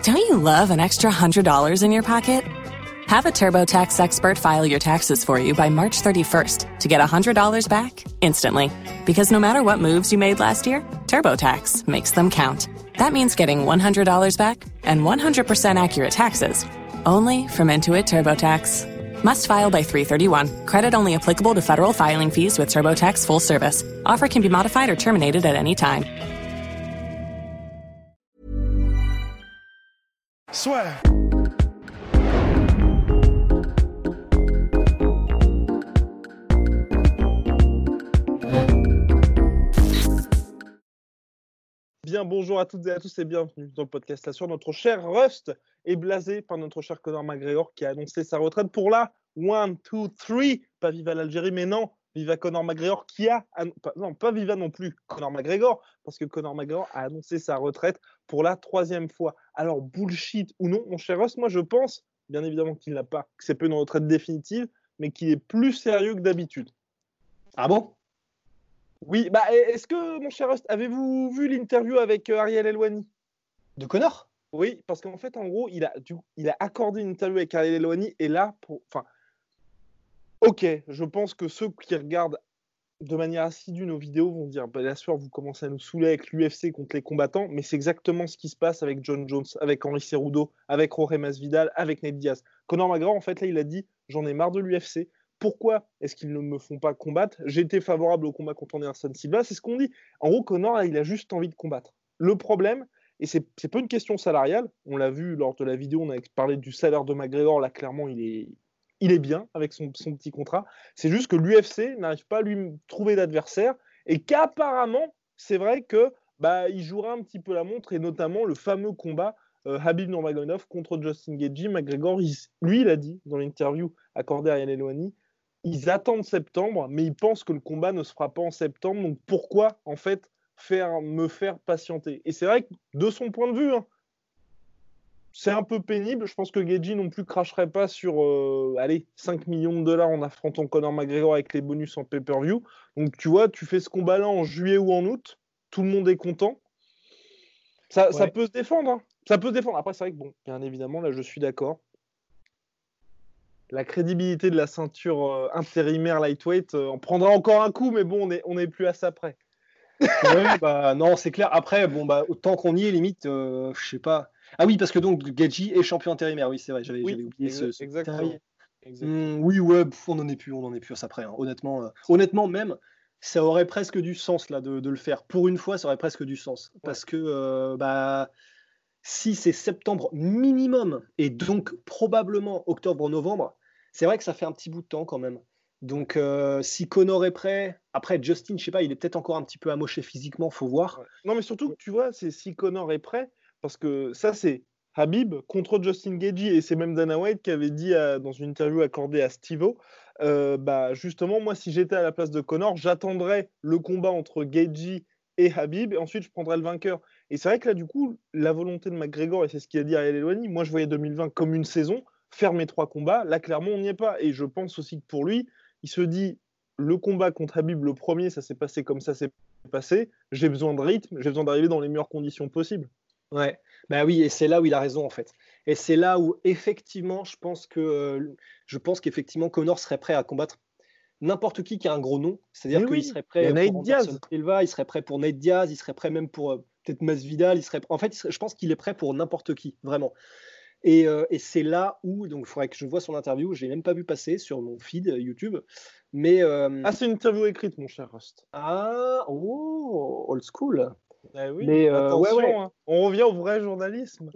Don't you love an extra $100 in your pocket? Have a TurboTax expert file your taxes for you by March 31st to get $100 back instantly. Because no matter what moves you made last year, TurboTax makes them count. That means getting $100 back and 100% accurate taxes, only from Intuit TurboTax. Must file by 3/31. Credit only applicable to federal filing fees with TurboTax full service. Offer can be modified or terminated at any time. Soit. Bien, bonjour à toutes et à tous et bienvenue dans le podcast là sur notre cher Rust est blasé par notre cher Conor McGregor qui a annoncé sa retraite pour la 1, 2, 3, pas viva l'Algérie mais non, viva Conor McGregor qui a, pas viva non plus Conor McGregor parce que Conor McGregor a annoncé sa retraite pour la 3e fois. Alors bullshit ou non, mon cher Rust, moi je pense, bien évidemment qu'il n'a pas, que c'est pas une retraite définitive, mais qu'il est plus sérieux que d'habitude. Ah bon ? Oui, bah est-ce que, mon cher Rust, avez-vous vu l'interview avec Ariel Helwani ? De Conor ? Oui, parce qu'en fait, en gros, il a accordé une interview avec Ariel Helwani, et là, ok, je pense que ceux qui regardent de manière assidue nos vidéos vont dire, bah, bien sûr, vous commencez à nous saouler avec l'UFC contre les combattants, mais c'est exactement ce qui se passe avec John Jones, avec Henry Cejudo, avec Jorge Masvidal, avec Nate Diaz. Conor McGregor, en fait, là, il a dit, j'en ai marre de l'UFC. Pourquoi est-ce qu'ils ne me font pas combattre ? J'étais favorable au combat contre Anderson Silva, c'est ce qu'on dit. En gros, Conor, là, il a juste envie de combattre. Le problème, et c'est pas une question salariale, on l'a vu lors de la vidéo, on a parlé du salaire de McGregor, là, clairement, il est bien avec son petit contrat. C'est juste que l'UFC n'arrive pas à lui trouver d'adversaire, et qu'apparemment, c'est vrai que il jouera un petit peu la montre, et notamment le fameux combat Khabib Nurmagomedov contre Justin Gaethje. McGregor, lui, il a dit dans l'interview accordée à Ariel Helwani, ils attendent septembre, mais ils pensent que le combat ne se fera pas en septembre. Donc pourquoi, en fait, me faire patienter ? Et c'est vrai que, de son point de vue, c'est un peu pénible. Je pense que Gaethje non plus cracherait pas sur 5 millions de dollars en affrontant Conor McGregor avec les bonus en pay-per-view. Donc tu vois, tu fais ce combat-là en juillet ou en août, tout le monde est content. Ça peut se défendre. Ça peut se défendre. Après, c'est vrai que, bon, bien évidemment, là, je suis d'accord. La crédibilité de la ceinture intérimaire lightweight en prendra encore un coup, mais bon, on est plus à ça près. Ouais, non, c'est clair. Après, autant qu'on y est, limite, je sais pas. Ah oui, parce que donc Gaethje est champion intérimaire. Oui, c'est vrai, j'avais oublié ce exactement. Oui, ouais, on en est plus à ça près. Hein. Honnêtement, même, ça aurait presque du sens là de le faire. Pour une fois, ça aurait presque du sens, parce que si c'est septembre minimum et donc probablement octobre-novembre, c'est vrai que ça fait un petit bout de temps quand même. Donc si Conor est prêt, après Justin, je sais pas, il est peut-être encore un petit peu amoché physiquement, faut voir. Ouais. Non, mais surtout, tu vois, c'est si Conor est prêt, parce que ça, c'est Khabib contre Justin Gaethje, et c'est même Dana White qui avait dit dans une interview accordée à Steve-O, justement, moi, si j'étais à la place de Conor, j'attendrais le combat entre Gaethje et Khabib, et ensuite je prendrais le vainqueur. Et c'est vrai que là, du coup, la volonté de McGregor, et c'est ce qu'il a dit à Ariel Helwani, moi je voyais 2020 comme une saison, faire mes 3 combats, là clairement on n'y est pas. Et je pense aussi que pour lui, il se dit, le combat contre Khabib, le premier, ça s'est passé comme ça s'est passé, j'ai besoin de rythme, j'ai besoin d'arriver dans les meilleures conditions possibles. Ouais, oui, et c'est là où il a raison en fait. Et c'est là où effectivement, je pense qu'effectivement Conor serait prêt à combattre n'importe qui a un gros nom, c'est-à-dire qu'il serait prêt pour Anderson Silva, il serait prêt pour Nate Diaz, il serait prêt même pour peut-être Masvidal, je pense qu'il est prêt pour n'importe qui, vraiment. Et c'est là où, donc il faudrait que je vois son interview, je l'ai même pas vu passer sur mon feed YouTube, mais... c'est une interview écrite, mon cher Rust. Old school. Oui, mais attention, hein, on revient au vrai journalisme.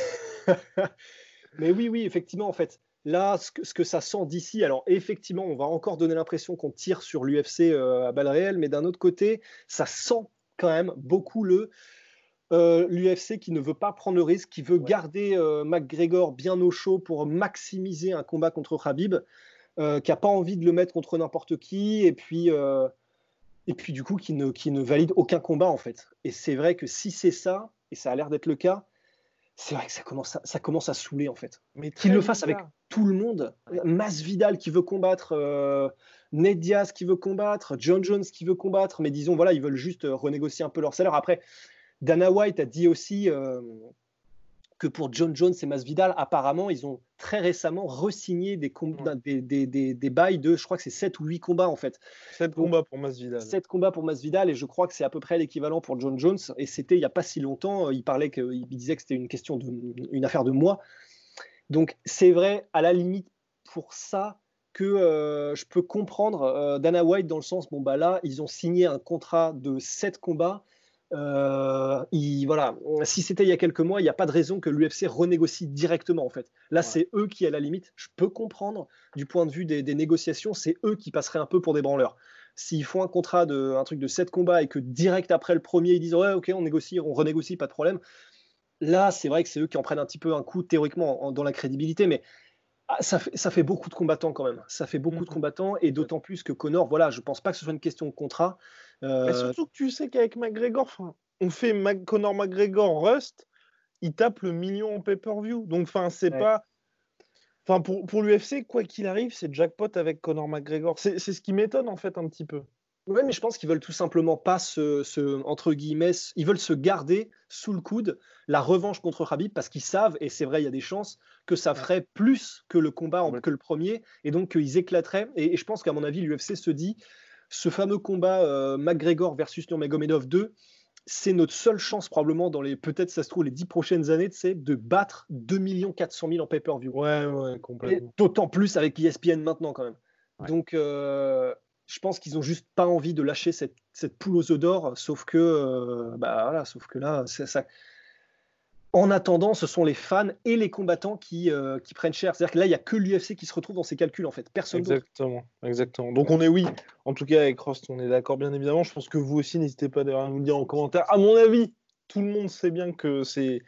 Mais oui, effectivement, en fait, là, ce que ça sent d'ici, alors effectivement, on va encore donner l'impression qu'on tire sur l'UFC à balles réelles, mais d'un autre côté, ça sent quand même beaucoup l'UFC qui ne veut pas prendre le risque, qui veut garder McGregor bien au chaud pour maximiser un combat contre Khabib, qui n'a pas envie de le mettre contre n'importe qui, et puis du coup, qui ne valide aucun combat, en fait. Et c'est vrai que si c'est ça, et ça a l'air d'être le cas, c'est vrai que ça commence à saouler, en fait. Mais qu'il le fasse avec tout le monde. Masvidal qui veut combattre, Nate Diaz qui veut combattre, John Jones qui veut combattre, mais disons, voilà, ils veulent juste renégocier un peu leur salaire. Après, Dana White a dit aussi que pour John Jones et Masvidal, apparemment, ils ont très récemment re-signé des bails de, je crois que c'est 7 ou 8 combats en fait. 7 combats pour Masvidal. 7 combats pour Masvidal, et je crois que c'est à peu près l'équivalent pour John Jones. Et c'était il n'y a pas si longtemps, il disait que c'était une affaire de mois. Donc c'est vrai, à la limite, pour ça, que je peux comprendre Dana White dans le sens, bon bah là, ils ont signé un contrat de 7 combats. Voilà, si c'était il y a quelques mois, il n'y a pas de raison que l'UFC renégocie directement en fait. Là, c'est eux qui, à la limite, je peux comprendre du point de vue des négociations, c'est eux qui passeraient un peu pour des branleurs. S'ils font un truc de 7 combats et que direct après le premier, ils disent ouais, ok, on renégocie, pas de problème. Là, c'est vrai que c'est eux qui en prennent un petit peu un coup théoriquement dans la crédibilité, mais ça fait beaucoup de combattants quand même. Ça fait beaucoup de combattants, et d'autant plus que Conor, voilà, je pense pas que ce soit une question de contrat. Mais surtout que tu sais qu'avec McGregor, on fait Conor McGregor Rust, il tape le million en pay-per-view. Donc, c'est pas. Pour l'UFC, quoi qu'il arrive, c'est jackpot avec Conor McGregor. C'est ce qui m'étonne en fait un petit peu. Oui, mais je pense qu'ils veulent tout simplement pas entre guillemets, ils veulent se garder sous le coude la revanche contre Khabib, parce qu'ils savent, et c'est vrai, il y a des chances que ça ferait plus que le combat que le premier, et donc qu'ils éclateraient. Et je pense qu'à mon avis, l'UFC se dit, ce fameux combat McGregor versus Nurmagomedov 2, c'est notre seule chance probablement peut-être ça se trouve les 10 prochaines années, de battre 2 400 000 en pay-per-view. Ouais, complètement. Et d'autant plus avec ESPN maintenant quand même. Ouais. Donc je pense qu'ils n'ont juste pas envie de lâcher cette poule aux œufs d'or, sauf que là, ça. En attendant, ce sont les fans et les combattants qui prennent cher. C'est-à-dire que là, il n'y a que l'UFC qui se retrouve dans ces calculs, en fait. Personne d'autre. Exactement. Donc, on est oui. En tout cas, avec Rost, on est d'accord, bien évidemment. Je pense que vous aussi, n'hésitez pas à nous le dire en commentaire. À mon avis, tout le monde sait bien que c'est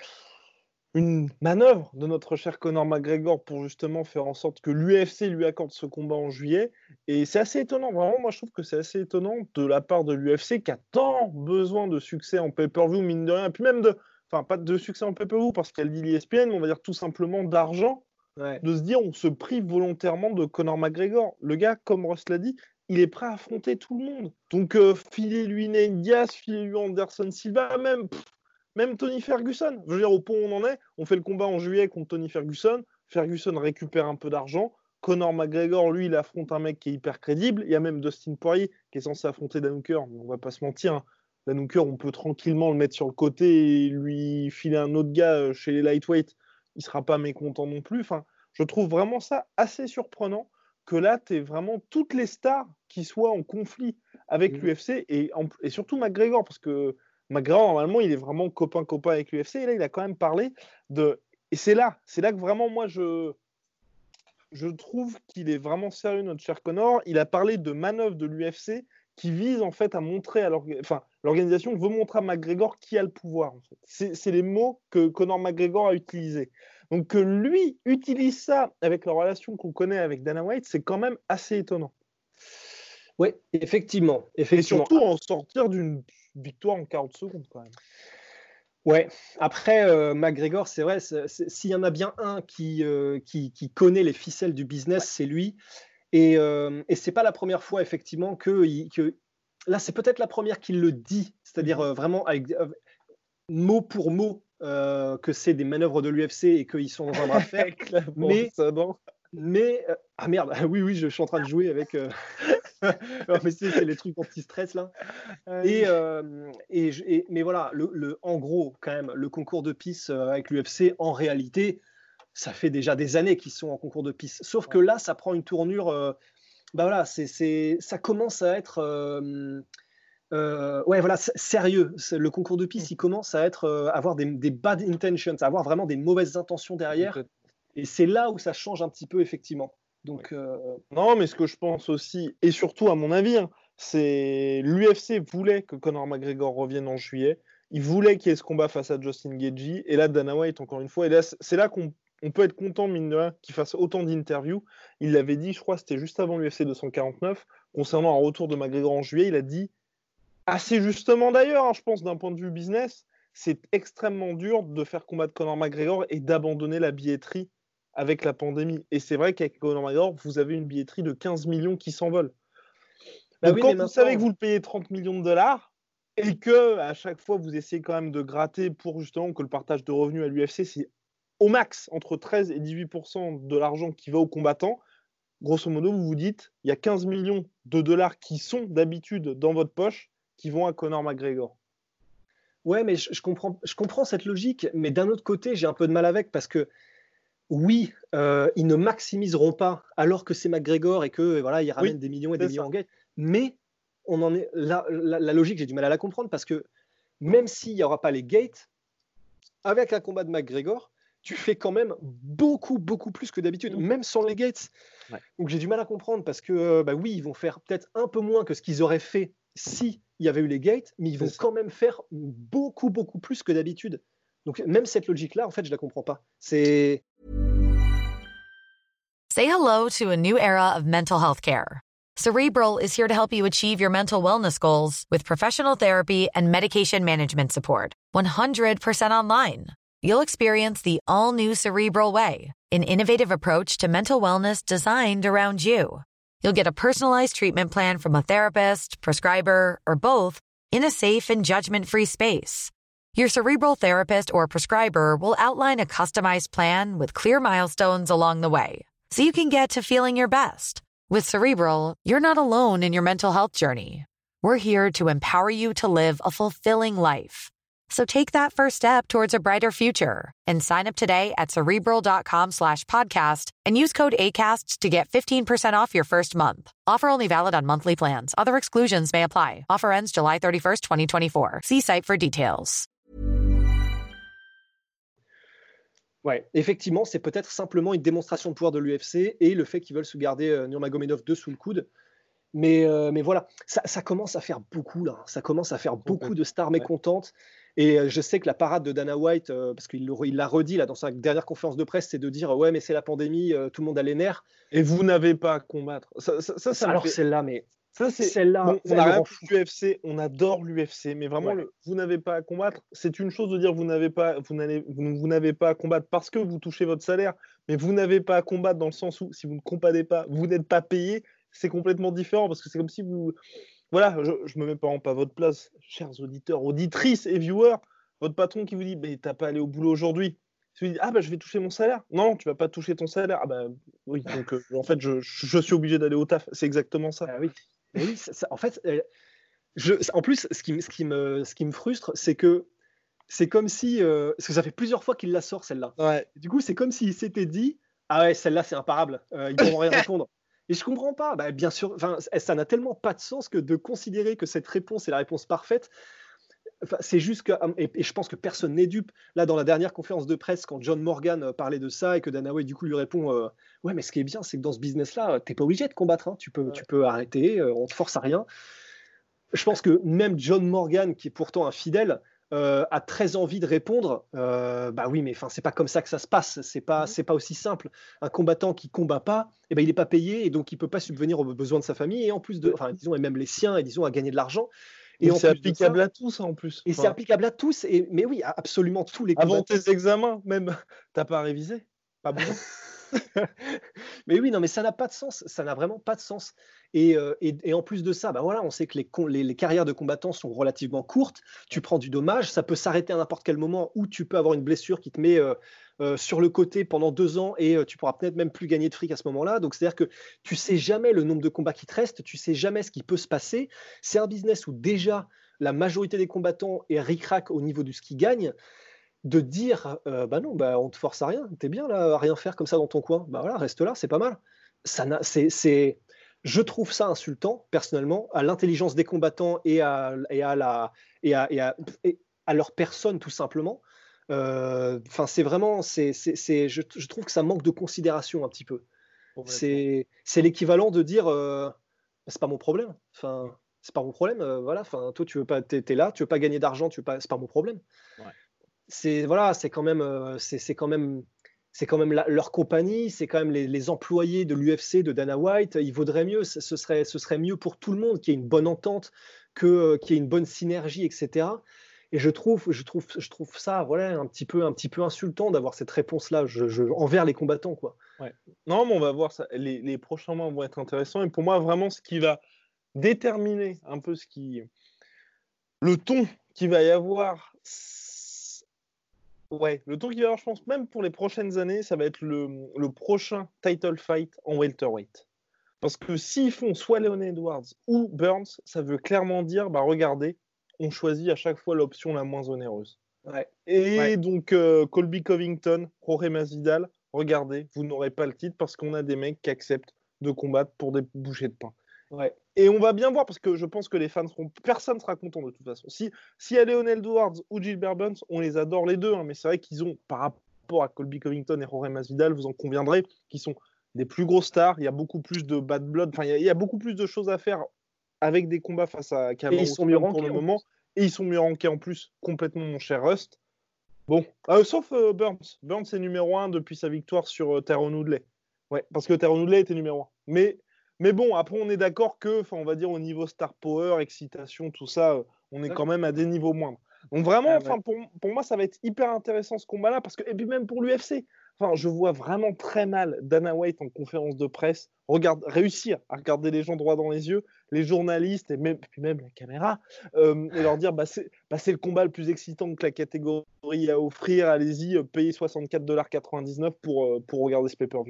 une manœuvre de notre cher Conor McGregor pour justement faire en sorte que l'UFC lui accorde ce combat en juillet. Et c'est assez étonnant. Vraiment, moi, je trouve que c'est assez étonnant de la part de l'UFC qui a tant besoin de succès en pay-per-view, mine de rien. Et puis même pas de succès en pay-per-view parce qu'elle dit l'ESPN, mais on va dire tout simplement d'argent, de se dire on se prive volontairement de Conor McGregor. Le gars, comme Ross l'a dit, il est prêt à affronter tout le monde. Donc filez-lui Nate Diaz, filez-lui Anderson Silva, même Tony Ferguson. Je veux dire, au point où on en est, on fait le combat en juillet contre Tony Ferguson. Ferguson récupère un peu d'argent. Conor McGregor, lui, il affronte un mec qui est hyper crédible. Il y a même Dustin Poirier qui est censé affronter Dan Hooker. On va pas se mentir, Dan Hooker, on peut tranquillement le mettre sur le côté et lui filer un autre gars chez les lightweight. Il sera pas mécontent non plus. Je trouve vraiment ça assez surprenant que là, tu aies vraiment toutes les stars qui soient en conflit avec l'UFC et surtout McGregor, parce que McGregor, normalement, il est vraiment copain-copain avec l'UFC. Et là, il a quand même parlé de... Et c'est là que vraiment, moi, je trouve qu'il est vraiment sérieux, notre cher Conor. Il a parlé de manœuvres de l'UFC qui visent en fait à montrer à l'organisation veut montrer à McGregor qui a le pouvoir. En fait. C'est les mots que Conor McGregor a utilisés. Donc que lui utilise ça avec la relation qu'on connaît avec Dana White, c'est quand même assez étonnant. Oui, effectivement. Et surtout en sortir d'une victoire en 40 secondes quand même. Ouais, après McGregor, c'est vrai, s'il y en a bien un qui connaît les ficelles du business, c'est lui. Et c'est pas la première fois effectivement que là, c'est peut-être la première qu'il le dit, c'est-à-dire vraiment avec mot pour mot que c'est des manœuvres de l'UFC et qu'ils sont dans un bras de fer. mais ah merde, oui, je suis en train de jouer avec. Non, mais c'est les trucs anti-stress là. Mais voilà, en gros, quand même, le concours de pisse avec l'UFC, en réalité, ça fait déjà des années qu'ils sont en concours de pisse. Sauf que là, ça prend une tournure. Ça commence à être. Sérieux. Le concours de pisse, il commence à avoir des bad intentions, à avoir vraiment des mauvaises intentions derrière. Et c'est là où ça change un petit peu, effectivement. Donc, non, mais ce que je pense aussi, et surtout à mon avis, c'est l'UFC voulait que Conor McGregor revienne en juillet. Il voulait qu'il y ait ce combat face à Justin Gaethje. Et là, Dana White, encore une fois, et là, c'est là qu'on peut être content, mine de rien, qu'il fasse autant d'interviews. Il l'avait dit, je crois, c'était juste avant l'UFC 249, concernant un retour de McGregor en juillet. Il a dit, assez justement d'ailleurs, je pense, d'un point de vue business, c'est extrêmement dur de faire combattre Conor McGregor et d'abandonner la billetterie avec la pandémie. Et c'est vrai qu'avec Conor McGregor, vous avez une billetterie de 15 millions qui s'envole. Donc quand vous savez que vous le payez 30 millions de dollars et que à chaque fois vous essayez quand même de gratter pour justement que le partage de revenus à l'UFC, c'est au max entre 13 et 18% de l'argent qui va aux combattants. Grosso modo, vous vous dites, il y a 15 millions de dollars qui sont d'habitude dans votre poche qui vont à Conor McGregor. Ouais, mais je comprends cette logique, mais d'un autre côté, j'ai un peu de mal avec parce que oui, ils ne maximiseront pas alors que c'est McGregor et que voilà, ils ramènent des millions et des millions en gain. Mais on en est là, la logique, j'ai du mal à la comprendre parce que même s'il n'y aura pas les gates, avec un combat de McGregor, tu fais quand même beaucoup plus que d'habitude, même sans les gates. Ouais. Donc j'ai du mal à comprendre parce que oui, ils vont faire peut-être un peu moins que ce qu'ils auraient fait si il y avait eu les gates, mais ils vont quand même faire beaucoup plus que d'habitude. Donc même cette logique-là, en fait, je la comprends pas. Say hello to a new era of mental health care. Cerebral is here to help you achieve your mental wellness goals with professional therapy and medication management support. 100% online. You'll experience the all-new Cerebral Way, an innovative approach to mental wellness designed around you. You'll get a personalized treatment plan from a therapist, prescriber, or both in a safe and judgment-free space. Your Cerebral therapist or prescriber will outline a customized plan with clear milestones along the way, so you can get to feeling your best. With Cerebral, you're not alone in your mental health journey. We're here to empower you to live a fulfilling life. So take that first step towards a brighter future and sign up today at Cerebral.com/podcast and use code ACAST to get 15% off your first month. Offer only valid on monthly plans. Other exclusions may apply. Offer ends July 31st, 2024. See site for details. Ouais, effectivement, c'est peut-être simplement une démonstration de pouvoir de l'UFC et le fait qu'ils veulent se garder Nurmagomedov 2 sous le coude. Mais voilà, ça commence à faire beaucoup là. Ça commence à faire beaucoup de stars mécontentes. Et je sais que la parade de Dana White, parce qu'il l'a redit là dans sa dernière conférence de presse, c'est de dire ouais mais c'est la pandémie, tout le monde a les nerfs. Et vous n'avez pas à combattre. Alors celle-là, mais ça c'est celle-là. Bon, on a rien contre l'UFC, on adore l'UFC, mais vraiment vous n'avez pas à combattre. C'est une chose de dire vous n'avez pas à combattre parce que vous touchez votre salaire, mais vous n'avez pas à combattre dans le sens où si vous ne combattez pas, vous n'êtes pas payé. C'est complètement différent parce que c'est comme si vous. Voilà, je me mets pas à votre place, chers auditeurs, auditrices et viewers. Votre patron qui vous dit t'as pas allé au boulot aujourd'hui. Tu lui dis je vais toucher mon salaire. Non, tu vas pas toucher ton salaire. Oui, donc en fait je suis obligé d'aller au taf. C'est exactement ça. Oui. Oui, en fait, en plus, ce qui me frustre, c'est que c'est comme si, parce que ça fait plusieurs fois qu'il la sort celle-là. Ouais. Du coup, c'est comme s'il s'était dit ah ouais celle-là c'est imparable, ils pourront rien répondre. Et je comprends pas. Bien sûr, ça n'a tellement pas de sens que de considérer que cette réponse est la réponse parfaite. C'est juste que, et je pense que personne n'est dupe. Là, dans la dernière conférence de presse, quand John Morgan parlait de ça et que Dana White du coup lui répond ouais, mais ce qui est bien, c'est que dans ce business-là, t'es pas obligé de combattre. Hein. Tu peux arrêter. On te force à rien. Je pense que même John Morgan, qui est pourtant un fidèle, a très envie de répondre. Oui, mais c'est pas comme ça que ça se passe. C'est pas aussi simple. Un combattant qui combat pas, il est pas payé et donc il peut pas subvenir aux besoins de sa famille et en plus disons et même les siens et disons à gagner de l'argent. Et c'est applicable à tous en plus. Et c'est applicable à tous. Mais oui, absolument tous les combattants. Avant tes examens, même, t'as pas révisé. Pas besoin. Mais oui, non, mais ça n'a pas de sens. Ça n'a vraiment pas de sens. Et en plus de ça, on sait que les carrières de combattants sont relativement courtes. Tu prends du dommage, ça peut s'arrêter à n'importe quel moment où tu peux avoir une blessure qui te met sur le côté pendant 2 ans et tu pourras peut-être même plus gagner de fric à ce moment-là. Donc c'est-à-dire que tu sais jamais le nombre de combats qui te restent, tu sais jamais ce qui peut se passer. C'est un business où déjà la majorité des combattants est ric-rac au niveau de ce qu'ils gagnent. De dire non, on te force à rien, t'es bien là à rien faire comme ça dans ton coin, reste là, c'est pas mal. Je trouve ça insultant personnellement à l'intelligence des combattants et à leur personne tout simplement. C'est vraiment, je trouve que ça manque de considération un petit peu. C'est l'équivalent de dire c'est pas mon problème. C'est pas mon problème. Toi tu veux pas, t'es là, tu veux pas gagner d'argent, c'est pas mon problème. Ouais. C'est quand même leur compagnie, c'est quand même les employés de l'UFC, de Dana White. Il vaudrait mieux, ce serait mieux pour tout le monde qu'il y ait une bonne entente, qu'il y ait une bonne synergie, etc. Et je trouve ça un petit peu insultant d'avoir cette réponse-là envers les combattants, quoi. Ouais. Non, mais on va voir ça. Les prochains mois vont être intéressants. Et pour moi, vraiment, ce qui va déterminer un peu le ton qu'il va y avoir, Ouais, le tour qu'il va y avoir, je pense, même pour les prochaines années, ça va être le prochain title fight en welterweight. Parce que s'ils font soit Leon Edwards ou Burns, ça veut clairement dire, bah regardez, on choisit à chaque fois l'option la moins onéreuse. Ouais. Et donc, Colby Covington, Jorge Masvidal, regardez, vous n'aurez pas le titre parce qu'on a des mecs qui acceptent de combattre pour des bouchées de pain. Ouais. Et on va bien voir, parce que je pense que les fans personne ne sera content de toute façon. Si y a Leon Edwards ou Gilbert Burns, on les adore les deux, hein, mais c'est vrai qu'ils ont, par rapport à Colby Covington et Jorge Masvidal, vous en conviendrez, qu'ils sont des plus gros stars, il y a beaucoup plus de bad blood, enfin il y a beaucoup plus de choses à faire avec des combats face à Kamaru Usman pour le moment, et ils sont mieux rankés en plus, complètement mon cher Rust. Bon, sauf Burns. Burns est numéro 1 depuis sa victoire sur Tyrone Woodley. Ouais, parce que Tyrone Woodley était numéro 1. Mais bon, après, on est d'accord que, on va dire, au niveau star power, excitation, tout ça, on est quand même à des niveaux moindres. Donc vraiment, pour moi, ça va être hyper intéressant ce combat-là, parce que, et puis même pour l'UFC, je vois vraiment très mal Dana White en conférence de presse réussir à regarder les gens droit dans les yeux, les journalistes et même la caméra, et leur dire c'est le combat le plus excitant que la catégorie a à offrir, allez-y, payez $64,99 pour regarder ce pay-per-view.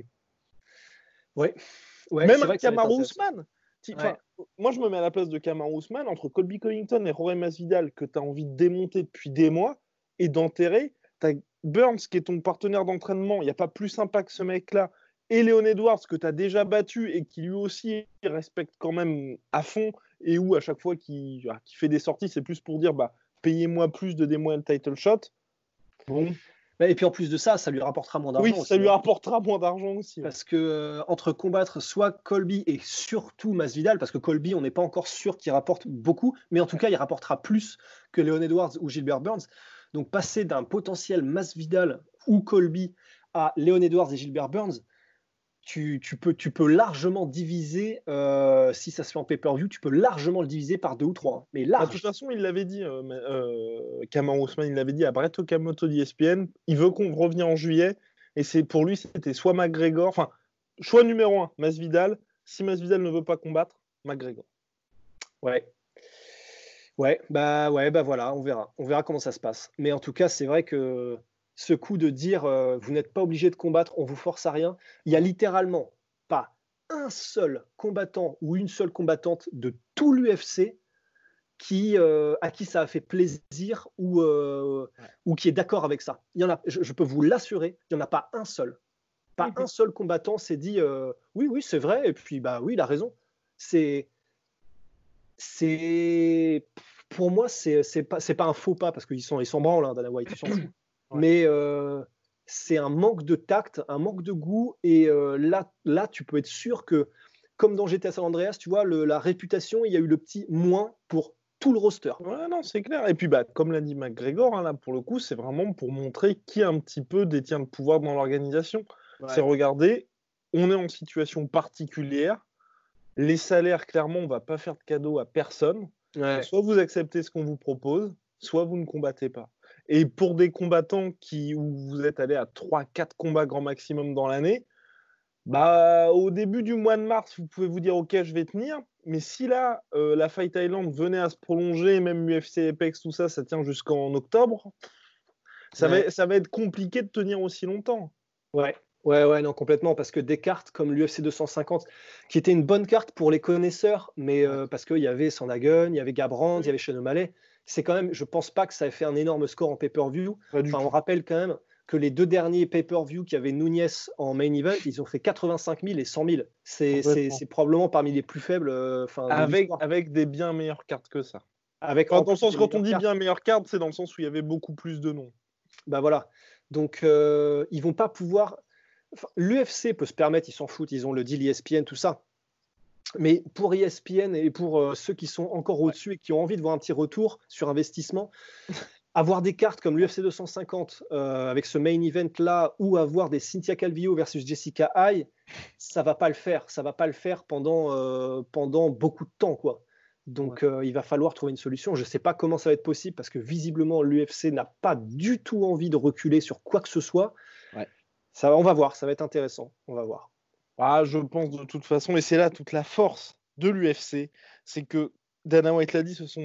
Ouais, même un Kamaru Usman. Moi, je me mets à la place de Kamaru Usman, entre Colby Covington et Jorge Masvidal, que tu as envie de démonter depuis des mois et d'enterrer. Tu as Burns, qui est ton partenaire d'entraînement, il n'y a pas plus sympa que ce mec-là, et Leon Edwards, que tu as déjà battu et qui lui aussi respecte quand même à fond, et où à chaque fois qu'il fait des sorties, c'est plus pour dire payez-moi plus, donnez-moi le title shot. Bon. Et puis en plus de ça, ça lui rapportera moins d'argent. Oui, ça lui rapportera moins d'argent aussi. Parce que entre combattre soit Colby et surtout Masvidal, parce que Colby, on n'est pas encore sûr qu'il rapporte beaucoup, mais en tout cas, il rapportera plus que Leon Edwards ou Gilbert Burns. Donc passer d'un potentiel Masvidal ou Colby à Leon Edwards et Gilbert Burns, tu peux largement diviser, si ça se fait en pay-per-view, tu peux largement le diviser par 2 ou 3. Mais large. De toute façon, il l'avait dit, Kamaru Usman, il l'avait dit à Brett Okamoto d'ESPN, il veut qu'on revienne en juillet, et pour lui, c'était soit McGregor, choix numéro 1, Masvidal. Si Masvidal ne veut pas combattre, McGregor. Ouais, voilà, on verra comment ça se passe. Mais en tout cas, c'est vrai que ce coup de dire vous n'êtes pas obligé de combattre, on vous force à rien. Il y a littéralement pas un seul combattant ou une seule combattante de tout l'UFC à qui ça a fait plaisir ou qui est d'accord avec ça. Il y en a, je peux vous l'assurer, il n'y en a pas un seul. Pas un seul combattant s'est dit oui, c'est vrai, et puis oui, il a raison. Pour moi, c'est pas un faux pas, parce qu'ils s'en branlent, Dana White, ils s'en foutent. Ouais. Mais c'est un manque de tact, un manque de goût, et là, tu peux être sûr que, comme dans GTA San Andreas, tu vois, la réputation, il y a eu le petit moins pour tout le roster. Ouais, non, c'est clair. Et puis, comme l'a dit McGregor, là, pour le coup, c'est vraiment pour montrer qui un petit peu détient le pouvoir dans l'organisation. Ouais. C'est regarder, on est en situation particulière, les salaires, clairement, on ne va pas faire de cadeau à personne. Ouais. Soit vous acceptez ce qu'on vous propose, soit vous ne combattez pas. Et pour des combattants où vous êtes allé à 3-4 combats grand maximum dans l'année, au début du mois de mars, vous pouvez vous dire « Ok, je vais tenir ». Mais si là, la Fight Island venait à se prolonger, même UFC Apex, tout ça, ça tient jusqu'en octobre, ça va être compliqué de tenir aussi longtemps. Ouais, non, complètement, parce que des cartes comme l'UFC 250, qui était une bonne carte pour les connaisseurs, mais parce qu'il y avait Sandhagen, il y avait Garbrandt, il y avait Sean O'Malley, c'est quand même, je pense pas que ça ait fait un énorme score en pay-per-view. On rappelle quand même que les 2 derniers pay-per-view qui avaient Nunes en main event, ils ont fait 85 000 et 100 000. C'est probablement parmi les plus faibles. Avec des bien meilleures cartes que ça. Dans le sens, quand on dit bien meilleures cartes, c'est dans le sens où il y avait beaucoup plus de noms. Voilà. Donc, ils vont pas pouvoir... L'UFC peut se permettre, ils s'en foutent, ils ont le deal ESPN, tout ça. Mais pour ESPN et pour ceux qui sont encore au-dessus et qui ont envie de voir un petit retour sur investissement, avoir des cartes comme l'UFC 250 avec ce main event-là, ou avoir des Cynthia Calvillo versus Jessica Eye, ça va pas le faire. Ça va pas le faire pendant beaucoup de temps, quoi. Donc, il va falloir trouver une solution. Je ne sais pas comment ça va être possible, parce que visiblement, l'UFC n'a pas du tout envie de reculer sur quoi que ce soit. Ouais. On va voir, ça va être intéressant. On va voir. Je pense de toute façon, et c'est là toute la force de l'UFC, c'est que Dana White l'a dit, ce sont des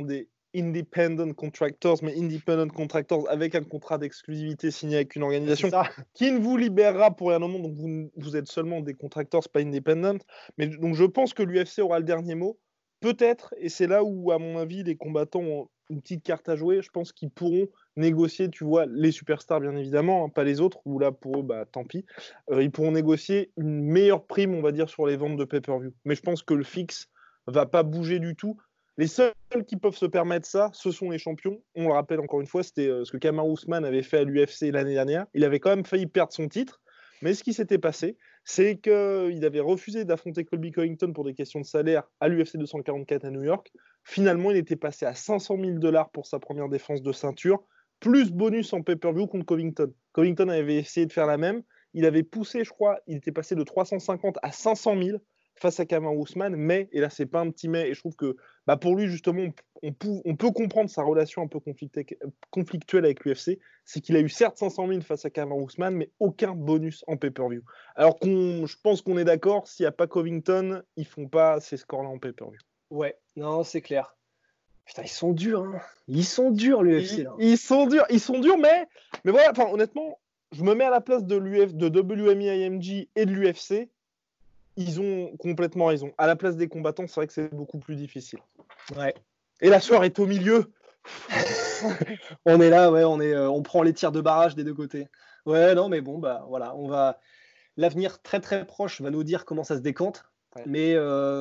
independent contractors, mais independent contractors avec un contrat d'exclusivité signé avec une organisation qui ne vous libérera pour rien au monde. Donc vous êtes seulement des contractors, pas independent. Mais donc je pense que l'UFC aura le dernier mot. Peut-être, et c'est là où, à mon avis, les combattants ont une petite carte à jouer. Je pense qu'ils pourront négocier, tu vois, les superstars, bien évidemment, hein, pas les autres, ou là, pour eux, bah, tant pis. Ils pourront négocier une meilleure prime, on va dire, sur les ventes de pay-per-view. Mais je pense que le fixe va pas bouger du tout. Les seuls qui peuvent se permettre ça, ce sont les champions. On le rappelle encore une fois, c'était ce que Kamaru Usman avait fait à l'UFC l'année dernière. Il avait quand même failli perdre son titre. Mais ce qui s'était passé, c'est qu'il avait refusé d'affronter Colby Covington pour des questions de salaire à l'UFC 244 à New York. Finalement, il était passé à $500 000 pour sa première défense de ceinture, plus bonus en pay-per-view contre Covington. Covington avait essayé de faire la même. Il avait poussé, je crois, il était passé de 350 à 500 000 face à Kamaru Usman, mais, et là c'est pas un petit mais, et je trouve que bah, pour lui justement on peut comprendre sa relation un peu conflictuelle avec l'UFC, c'est qu'il a eu certes 500 000 face à Kamaru Usman, mais aucun bonus en pay-per-view. Alors je pense qu'on est d'accord, s'il n'y a pas Covington, ils font pas ces scores-là en pay-per-view. Ouais, non, c'est clair. Putain, ils sont durs, hein. Ils sont durs, l'UFC, là. Ils sont durs, mais voilà, honnêtement, je me mets à la place de WME IMG et de l'UFC. Ils ont complètement raison. À la place des combattants, c'est vrai que c'est beaucoup plus difficile. Ouais. Et la sueur est au milieu. On est là, ouais, on prend les tirs de barrage des deux côtés. Ouais, non, mais bon, bah voilà, l'avenir très très proche va nous dire comment ça se décante, ouais. Mais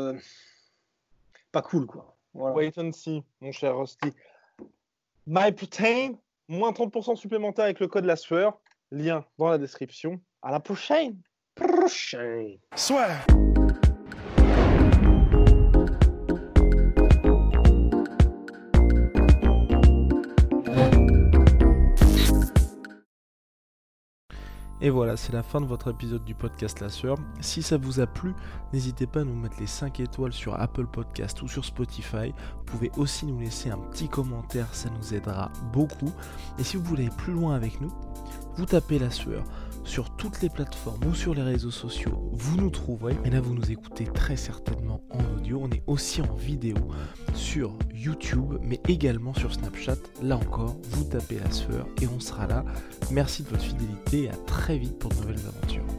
pas cool, quoi. Voilà. Wait and see, mon cher Rusty. MyProtein, moins 30% supplémentaire avec le code la sueur. Lien dans la description. À la prochaine. Soit. Et voilà, c'est la fin de votre épisode du podcast La Sueur. Si ça vous a plu, n'hésitez pas à nous mettre les 5 étoiles sur Apple Podcast ou sur Spotify. Vous pouvez aussi nous laisser un petit commentaire, ça nous aidera beaucoup. Et si vous voulez aller plus loin avec nous, vous tapez La Sueur sur toutes les plateformes ou sur les réseaux sociaux, vous nous trouverez. Et là, vous nous écoutez très certainement en audio. On est aussi en vidéo sur YouTube, mais également sur Snapchat. Là encore, vous tapez La Sueur et on sera là. Merci de votre fidélité et à très vite pour de nouvelles aventures.